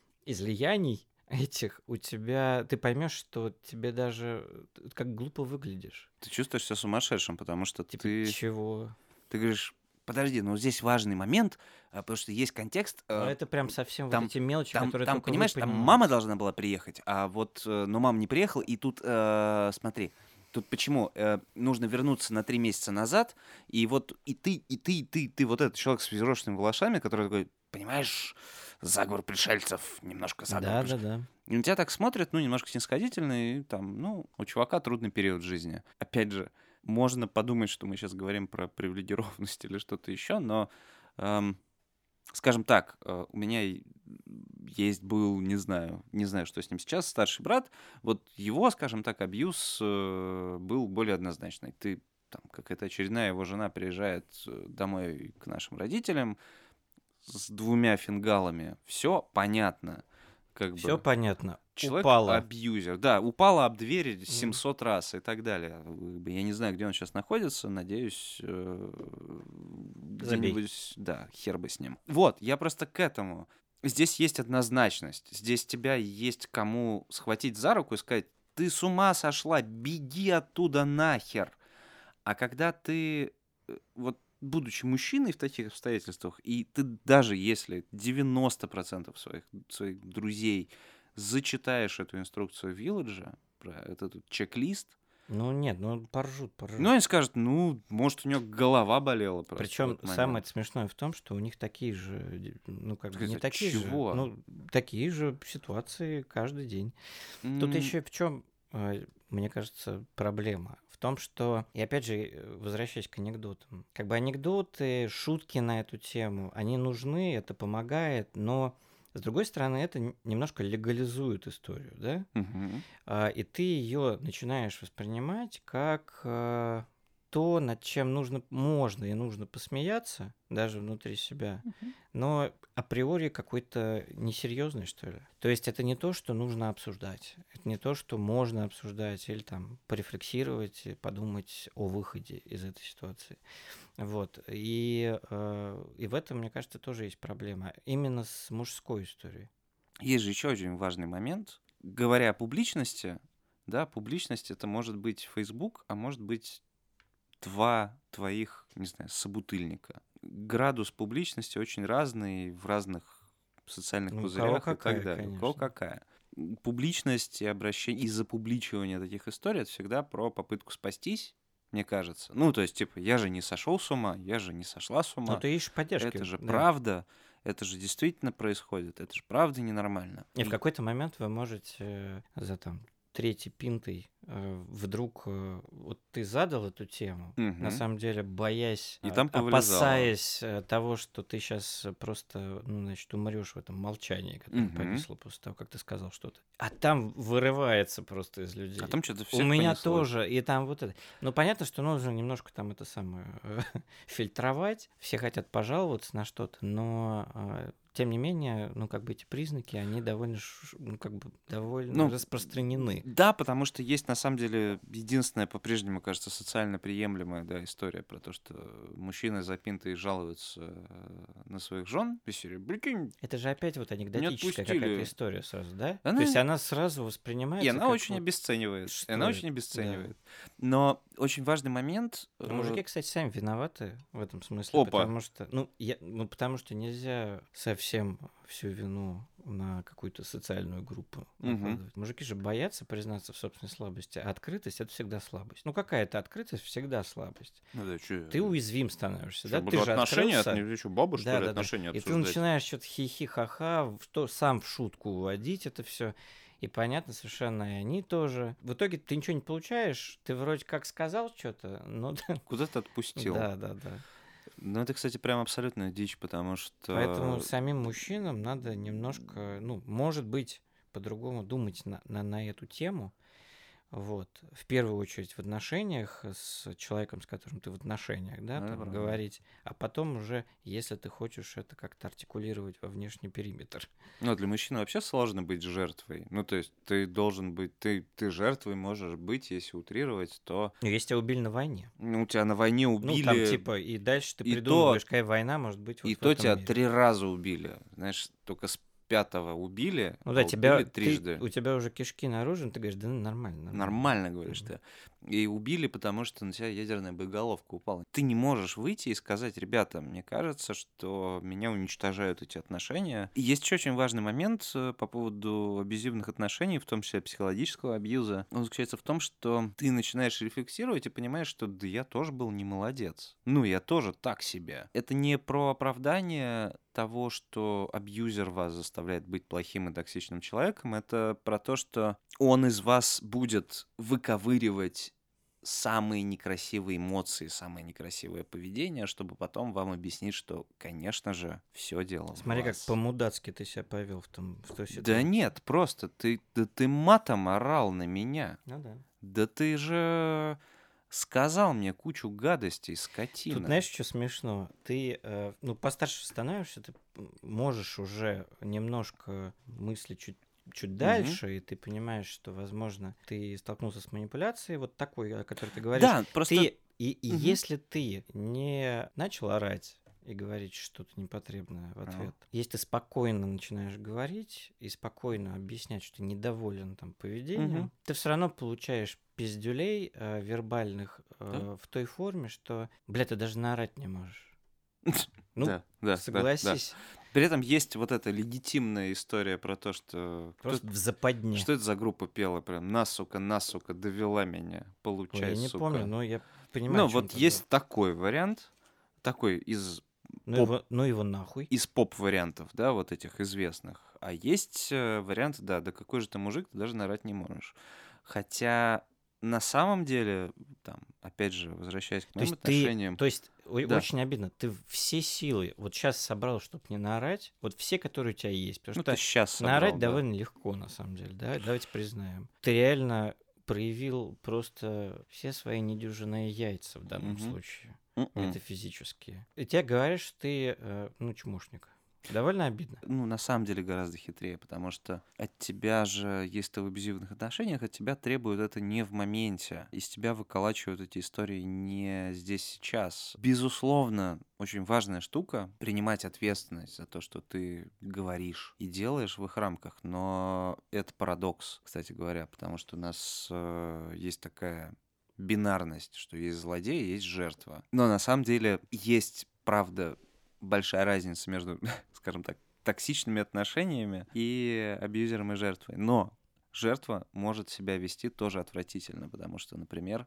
Speaker 4: излияний этих, у тебя, ты поймешь, что тебе даже э, как глупо выглядишь.
Speaker 3: Ты чувствуешь себя сумасшедшим, потому что
Speaker 4: Типа,
Speaker 3: ты,
Speaker 4: чего?
Speaker 3: ты говоришь, подожди, ну здесь важный момент, а, потому что есть контекст.
Speaker 4: Но
Speaker 3: э,
Speaker 4: это прям совсем вот
Speaker 3: Там,
Speaker 4: эти мелочи,
Speaker 3: там,
Speaker 4: которые
Speaker 3: там,
Speaker 4: только вы
Speaker 3: понимаешь, там
Speaker 4: понимаете.
Speaker 3: мама должна была приехать, а вот, э, но мама не приехала, и тут, э, смотри, тут почему? Э, нужно вернуться на три месяца назад, и вот и ты, и ты, и ты, и ты, вот этот человек с взъерошенными волосами, который такой, понимаешь, заговор пришельцев, немножко заговор
Speaker 4: Да,
Speaker 3: пришельцев.
Speaker 4: да, да.
Speaker 3: И на тебя так смотрят, ну, немножко снисходительно, и там, ну, у чувака трудный период в жизни. Опять же, можно подумать, что мы сейчас говорим про привилегированность или что-то еще, но, эм, скажем так, э, у меня и- есть был, не знаю, не знаю, что с ним сейчас, старший брат, вот его, скажем так, абьюз э, был более однозначный. Ты, там, какая-то очередная его жена приезжает э, домой к нашим родителям с двумя фингалами, все понятно, как
Speaker 4: Все
Speaker 3: бы.
Speaker 4: понятно.
Speaker 3: Человек
Speaker 4: Упала.
Speaker 3: абьюзер, да, упала об дверь семьсот раз и так далее. Как бы Я не знаю, где он сейчас находится, надеюсь, э,
Speaker 4: Забей.
Speaker 3: где-нибудь, да, хер бы с ним. Вот, я просто к этому. Здесь есть однозначность, здесь тебя есть кому схватить за руку и сказать, ты с ума сошла, беги оттуда нахер. А когда ты, э, вот будучи мужчиной в таких обстоятельствах, и ты даже если девяносто процентов своих, своих друзей зачитаешь эту инструкцию Вилладжа, про этот вот чек-лист,
Speaker 4: Ну нет, ну поржут, поржут.
Speaker 3: ну, они скажут, ну, может, у него голова болела просто в
Speaker 4: Причем
Speaker 3: этот момент.
Speaker 4: самое смешное в том, что у них такие же, д- ну как бы не
Speaker 3: Сказать,
Speaker 4: такие
Speaker 3: чего?
Speaker 4: же, ну такие же ситуации каждый день. Тут
Speaker 3: М,
Speaker 4: еще в чем, мне кажется, проблема? В том, что, и опять же, э, возвращаясь к анекдотам, как бы анекдоты, шутки на эту тему, они нужны, это помогает, но с другой стороны, это н- немножко легализует историю, да?
Speaker 3: мгм.
Speaker 4: А, И ты ее начинаешь воспринимать как, э, то, над чем нужно, можно и нужно посмеяться, даже внутри себя, но априори какой-то несерьезный, что ли. То есть это не то, что нужно обсуждать, это не то, что можно обсуждать или там порефлексировать, и подумать о выходе из этой ситуации. Вот. И, э, и в этом, мне кажется, тоже есть проблема. Именно с мужской историей.
Speaker 3: Есть же еще один важный момент. Говоря о публичности, да, публичность это может быть Facebook, а может быть два твоих, не знаю, собутыльника. Градус публичности очень разный в разных социальных
Speaker 4: Ну, у кого
Speaker 3: пузырях и
Speaker 4: какая,
Speaker 3: так далее. У кого
Speaker 4: конечно.
Speaker 3: какая. Публичность и обращение, и запубличивание таких историй это всегда про попытку спастись, мне кажется. Ну, то есть, типа, я же не сошел с ума, я же не сошла с
Speaker 4: Ну,
Speaker 3: ума.
Speaker 4: ты ищешь поддержки.
Speaker 3: Это же
Speaker 4: да.
Speaker 3: правда, это же действительно происходит, это же правда ненормально.
Speaker 4: И в
Speaker 3: И-
Speaker 4: какой-то момент вы можете э, за там третьей пинтой э, вдруг э, вот ты задал эту тему,
Speaker 3: Мгм.
Speaker 4: на самом деле боясь,
Speaker 3: И
Speaker 4: а,
Speaker 3: там повылезало.
Speaker 4: опасаясь э, того, что ты сейчас просто, ну, значит, умрешь в этом молчании, которое
Speaker 3: Мгм.
Speaker 4: повисло после того, как ты сказал что-то. А там вырывается просто из людей.
Speaker 3: А там что-то
Speaker 4: У
Speaker 3: всех
Speaker 4: меня
Speaker 3: понеслось.
Speaker 4: тоже, и там вот это. Ну, понятно, что нужно немножко там это самое э, фильтровать. Все хотят пожаловаться на что-то, но э, тем не менее, ну, как бы эти признаки, они довольно, ш- ну, как бы довольно
Speaker 3: Ну,
Speaker 4: распространены.
Speaker 3: Да, потому что есть на самом деле единственная по-прежнему, кажется, социально приемлемая, да, история про то, что мужчины запинтые жалуются э, на своих жен. Из серии, прикинь,
Speaker 4: Это же опять вот анекдотическая
Speaker 3: отпустили.
Speaker 4: какая-то история сразу, да?
Speaker 3: Она-
Speaker 4: То есть она сразу
Speaker 3: и
Speaker 4: воспринимается
Speaker 3: она
Speaker 4: как
Speaker 3: очень
Speaker 4: вот-
Speaker 3: обесценивает.
Speaker 4: что
Speaker 3: И она
Speaker 4: это?
Speaker 3: очень
Speaker 4: Да.
Speaker 3: обесценивает. Но очень важный момент.
Speaker 4: Ну,
Speaker 3: э,
Speaker 4: мужики, кстати, сами виноваты в этом смысле,
Speaker 3: Опа.
Speaker 4: потому что, ну, я, ну, потому что нельзя совсем всю вину на какую-то социальную группу
Speaker 3: Мгм.
Speaker 4: накладывать. Мужики же боятся признаться в собственной слабости, а открытость — это всегда слабость. Ну, какая-то открытость всегда слабость.
Speaker 3: ну да, чё,
Speaker 4: Ты уязвим становишься,
Speaker 3: чё,
Speaker 4: да?
Speaker 3: буду
Speaker 4: Ты же
Speaker 3: отношения
Speaker 4: открылся.
Speaker 3: от... Что, баба, что
Speaker 4: Да,
Speaker 3: ли,
Speaker 4: да, да.
Speaker 3: отношения
Speaker 4: И ты
Speaker 3: обсуждать?
Speaker 4: начинаешь что-то хихи-ха-ха, что сам в шутку уводить это все. И понятно совершенно, и они тоже. В итоге ты ничего не получаешь, ты вроде как сказал что-то, но
Speaker 3: Куда ты отпустил?
Speaker 4: да, да, да.
Speaker 3: Ну, это, кстати, прям абсолютная дичь, потому что...
Speaker 4: Поэтому самим мужчинам надо немножко, ну, может быть, по-другому думать на, на, на эту тему. Вот. В первую очередь в отношениях с человеком, с которым ты в отношениях, да,
Speaker 3: Ну, это
Speaker 4: там,
Speaker 3: правда.
Speaker 4: говорить, а потом уже, если ты хочешь это как-то артикулировать во внешний периметр.
Speaker 3: Ну, для мужчины вообще сложно быть жертвой. Ну, то есть ты должен быть... Ты, ты жертвой можешь быть, если утрировать, то...
Speaker 4: Ну, если тебя убили на войне.
Speaker 3: Ну, у тебя на войне убили...
Speaker 4: Ну, там, типа, и дальше ты
Speaker 3: и
Speaker 4: придумываешь,
Speaker 3: то-
Speaker 4: какая война может быть вот
Speaker 3: И
Speaker 4: в
Speaker 3: то
Speaker 4: этом
Speaker 3: тебя
Speaker 4: мире.
Speaker 3: три раза убили. Знаешь, только с пятого убили,
Speaker 4: Ну
Speaker 3: а
Speaker 4: да, тебя,
Speaker 3: убили
Speaker 4: ты-
Speaker 3: трижды.
Speaker 4: у тебя уже кишки наружу, ты говоришь, да ну, нормально, нормально.
Speaker 3: Нормально, говоришь
Speaker 4: Мгм.
Speaker 3: ты. И убили, потому что на тебя ядерная боеголовка упала. Ты не можешь выйти и сказать, ребята, мне кажется, что меня уничтожают эти отношения. И есть еще очень важный момент э, по поводу абьюзивных отношений, в том числе психологического абьюза. Он заключается в том, что ты начинаешь рефлексировать и понимаешь, что да я тоже был не молодец. Ну, я тоже так себе. Это не про оправдание того, что абьюзер вас заставляет быть плохим и токсичным человеком, это про то, что он из вас будет выковыривать самые некрасивые эмоции, самое некрасивое поведение, чтобы потом вам объяснить, что, конечно же, все дело в
Speaker 4: Смотри, как
Speaker 3: вас.
Speaker 4: по-мудацки ты себя повел в том, в той ситуации.
Speaker 3: Да нет, просто ты, да ты матом орал на меня.
Speaker 4: Ну да.
Speaker 3: Да ты же сказал мне кучу гадостей, скотина.
Speaker 4: Тут знаешь, что смешно? Ты, э, ну, постарше становишься, ты м, можешь уже немножко мыслить чуть чуть
Speaker 3: Мгм.
Speaker 4: дальше, и ты понимаешь, что, возможно, ты столкнулся с манипуляцией, вот такой, о которой ты говоришь.
Speaker 3: Да, просто...
Speaker 4: Ты, и, и
Speaker 3: Мгм.
Speaker 4: если ты не начал орать и говорить что-то непотребное в
Speaker 3: Ага.
Speaker 4: ответ, если ты спокойно начинаешь говорить и спокойно объяснять, что ты недоволен там поведением,
Speaker 3: Мгм.
Speaker 4: ты все равно получаешь пиздюлей э, вербальных э, в той форме, что, бля, ты даже наорать не можешь. Ну,
Speaker 3: да, да, да, да.
Speaker 4: согласись,
Speaker 3: При этом есть вот эта легитимная история про то, что... кто-
Speaker 4: просто в западне.
Speaker 3: Что это за группа пела прям? На, сука, на, сука, довела меня.
Speaker 4: Ой,
Speaker 3: Получай,
Speaker 4: я не
Speaker 3: сука.
Speaker 4: помню, но я понимаю,
Speaker 3: Ну,
Speaker 4: о чём
Speaker 3: вот
Speaker 4: ты,
Speaker 3: есть
Speaker 4: да.
Speaker 3: такой вариант, такой из,
Speaker 4: Ну,
Speaker 3: поп-
Speaker 4: его, ну его нахуй.
Speaker 3: из поп-вариантов, да, вот этих известных. А есть э, вариант, да, да какой же ты мужик, ты даже наорать не можешь. Хотя на самом деле, там, опять же, возвращаясь к
Speaker 4: То
Speaker 3: моим
Speaker 4: есть ты,
Speaker 3: отношениям,
Speaker 4: то есть о-
Speaker 3: Да.
Speaker 4: очень обидно, ты все силы вот сейчас собрал, чтобы не наорать, вот все, которые у тебя есть, потому
Speaker 3: ну,
Speaker 4: что
Speaker 3: ты сейчас
Speaker 4: наорать довольно легко, на самом деле, да, давайте признаем. Ты реально проявил просто все свои недюжинные яйца в данном
Speaker 3: Мгм.
Speaker 4: случае.
Speaker 3: М-м.
Speaker 4: Это физические. И тебе говорят, что ты, э, ну, чмошник. Довольно обидно.
Speaker 3: Ну, на самом деле гораздо хитрее, потому что от тебя же, если ты в абьюзивных отношениях, от тебя требуют это не в моменте. Из тебя выколачивают эти истории не здесь сейчас. Безусловно, очень важная штука — принимать ответственность за то, что ты говоришь и делаешь в их рамках. Но это парадокс, кстати говоря, потому что у нас э, есть такая бинарность, что есть злодей, есть жертва. Но на самом деле есть, правда, большая разница между, скажем так, токсичными отношениями и абьюзером и жертвой. Но жертва может себя вести тоже отвратительно, потому что, например,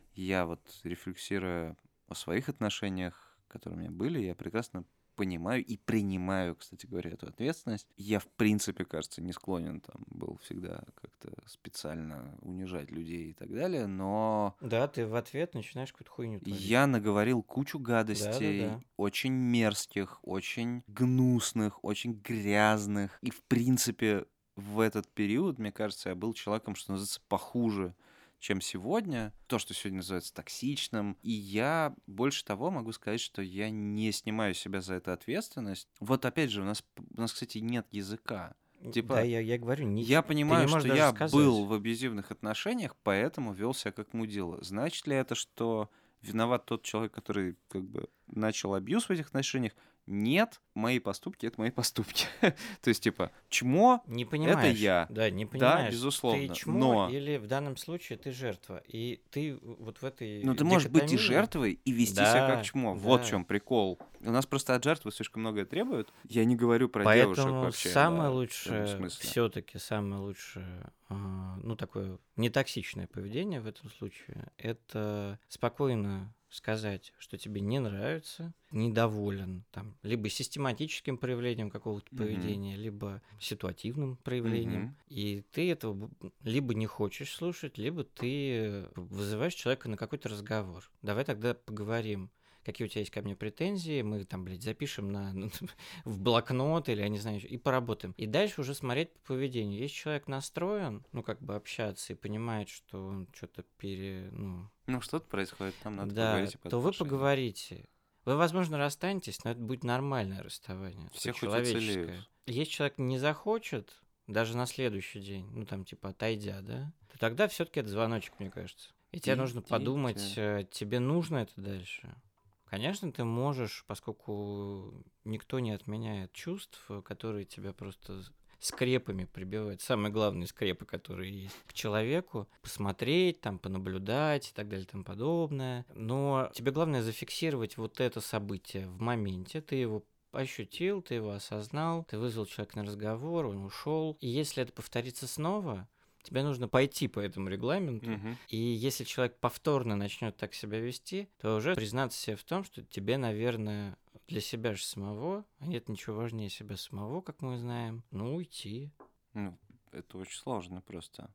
Speaker 3: я вот рефлексируя о своих отношениях, которые у меня были, я прекрасно понимаю и принимаю, кстати говоря, эту ответственность. Я, в принципе, кажется, не склонен там был всегда как-то специально унижать людей и так далее, но
Speaker 4: Да, ты в ответ начинаешь какую-то хуйню творить.
Speaker 3: я наговорил кучу гадостей,
Speaker 4: Да-да-да.
Speaker 3: очень мерзких, очень гнусных, очень грязных. И, в принципе, в этот период, мне кажется, я был человеком, что называется, похуже, чем сегодня. То, что сегодня называется токсичным. И я, больше того, могу сказать, что я не снимаю с себя за это ответственность. Вот опять же, у нас, у нас, кстати, нет языка. Типа,
Speaker 4: Да, я, я говорю, нич-
Speaker 3: я
Speaker 4: ты
Speaker 3: понимаю,
Speaker 4: не
Speaker 3: что
Speaker 4: можешь даже
Speaker 3: я
Speaker 4: сказать.
Speaker 3: был в абьюзивных отношениях, поэтому вел себя как мудила. Значит ли это, что виноват тот человек, который как бы начал абьюз в этих отношениях? Нет, мои поступки — это мои поступки. То есть, типа, чмо —
Speaker 4: Не
Speaker 3: это
Speaker 4: понимаешь.
Speaker 3: я.
Speaker 4: Да, не
Speaker 3: Да,
Speaker 4: понимаешь.
Speaker 3: безусловно.
Speaker 4: Ты чмо
Speaker 3: Но,
Speaker 4: или в данном случае ты жертва. И ты вот в этой
Speaker 3: но ты можешь быть и
Speaker 4: дихотомии.
Speaker 3: жертвой, и вести себя как
Speaker 4: Да,
Speaker 3: чмо. Вот в
Speaker 4: да.
Speaker 3: чем прикол. У нас просто от жертвы слишком многое требуют. Я не говорю про девушек
Speaker 4: Поэтому
Speaker 3: вообще.
Speaker 4: самое
Speaker 3: да, в этом
Speaker 4: лучшее,
Speaker 3: смысле.
Speaker 4: все-таки самое лучшее, а, ну, такое нетоксичное поведение в этом случае, это спокойно сказать, что тебе не нравится, недоволен, там, либо систематическим проявлением какого-то
Speaker 3: Мгм.
Speaker 4: поведения, либо ситуативным проявлением,
Speaker 3: Мгм.
Speaker 4: и ты этого б- либо не хочешь слушать, либо ты вызываешь человека на какой-то разговор. Давай тогда поговорим. Какие у тебя есть ко мне претензии, мы там, блядь, запишем на, в блокнот или, я не знаю, и поработаем. И дальше уже смотреть по поведению. Если человек настроен, ну, как бы общаться и понимает, что он что-то пере... Ну,
Speaker 3: Ну, что-то происходит, там надо
Speaker 4: да,
Speaker 3: поговорить об
Speaker 4: то вы
Speaker 3: отношениях.
Speaker 4: поговорите. Вы, возможно, расстанетесь, но это будет нормальное расставание. такое
Speaker 3: Все хоть
Speaker 4: человеческое.
Speaker 3: уцелеют.
Speaker 4: Если человек не захочет, даже на следующий день, ну, там, типа, отойдя, да, то тогда все-таки это звоночек, мне кажется. И тебе нужно подумать,
Speaker 3: Идите.
Speaker 4: э, тебе нужно это дальше. Конечно, ты можешь, поскольку никто не отменяет чувств, э, которые тебя просто с- скрепами прибивают. Самые главные скрепы, которые есть к человеку. Посмотреть, там, понаблюдать и так далее и тому подобное. Но тебе главное зафиксировать вот это событие в моменте. Ты его ощутил, ты его осознал, ты вызвал человека на разговор, он ушел. И если это повторится снова, тебе нужно пойти по этому регламенту.
Speaker 3: Мгм.
Speaker 4: И если человек повторно начнет так себя вести, то уже признаться себе в том, что тебе, наверное, для себя же самого, а нет ничего важнее себя самого, как мы знаем, ну, уйти.
Speaker 3: Ну, это очень сложно просто.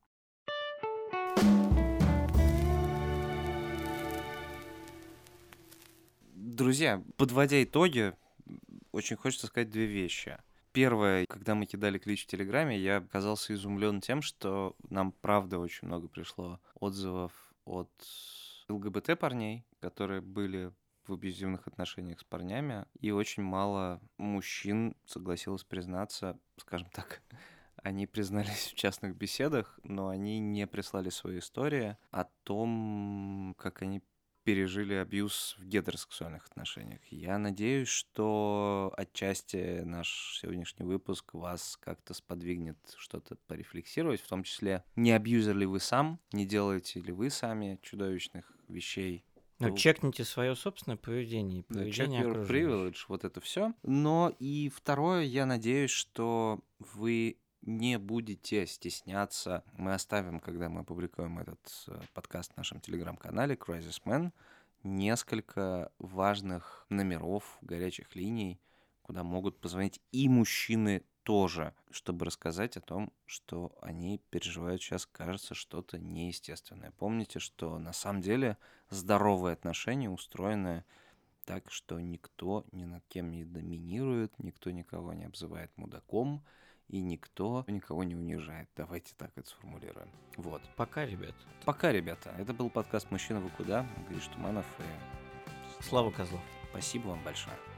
Speaker 3: Друзья, подводя итоги, очень хочется сказать две вещи. Первое, когда мы кидали клич в Телеграме, я оказался изумлен тем, что нам правда очень много пришло отзывов от ЛГБТ парней, которые были в абьюзивных отношениях с парнями, и очень мало мужчин согласилось признаться, скажем так, они признались в частных беседах, но они не прислали свои истории о том, как они пережили абьюз в гетеросексуальных отношениях. Я надеюсь, что отчасти наш сегодняшний выпуск вас как-то сподвигнет что-то порефлексировать, в том числе, не абьюзер ли вы сам, не делаете ли вы сами чудовищных вещей.
Speaker 4: Ну,
Speaker 3: Ну,
Speaker 4: чекните свое собственное поведение и
Speaker 3: да, check
Speaker 4: поведение
Speaker 3: your
Speaker 4: окружающих.
Speaker 3: privilege, вот это все. Но и второе, я надеюсь, что вы не будете стесняться. Мы оставим, когда мы опубликуем этот э, подкаст в нашем телеграм-канале Crisis Man, несколько важных номеров, горячих линий, куда могут позвонить и мужчины тоже, чтобы рассказать о том, что они переживают сейчас, кажется, что-то неестественное. Помните, что на самом деле здоровые отношения устроены так, что никто ни над кем не доминирует, никто никого не обзывает мудаком, и никто никого не унижает. Давайте так это сформулируем. Вот.
Speaker 4: Пока, ребят.
Speaker 3: Пока, ребята. Это был подкаст «Мужчина, вы куда?» Гриш Туманов. И
Speaker 4: Слава Козлов.
Speaker 3: спасибо вам большое.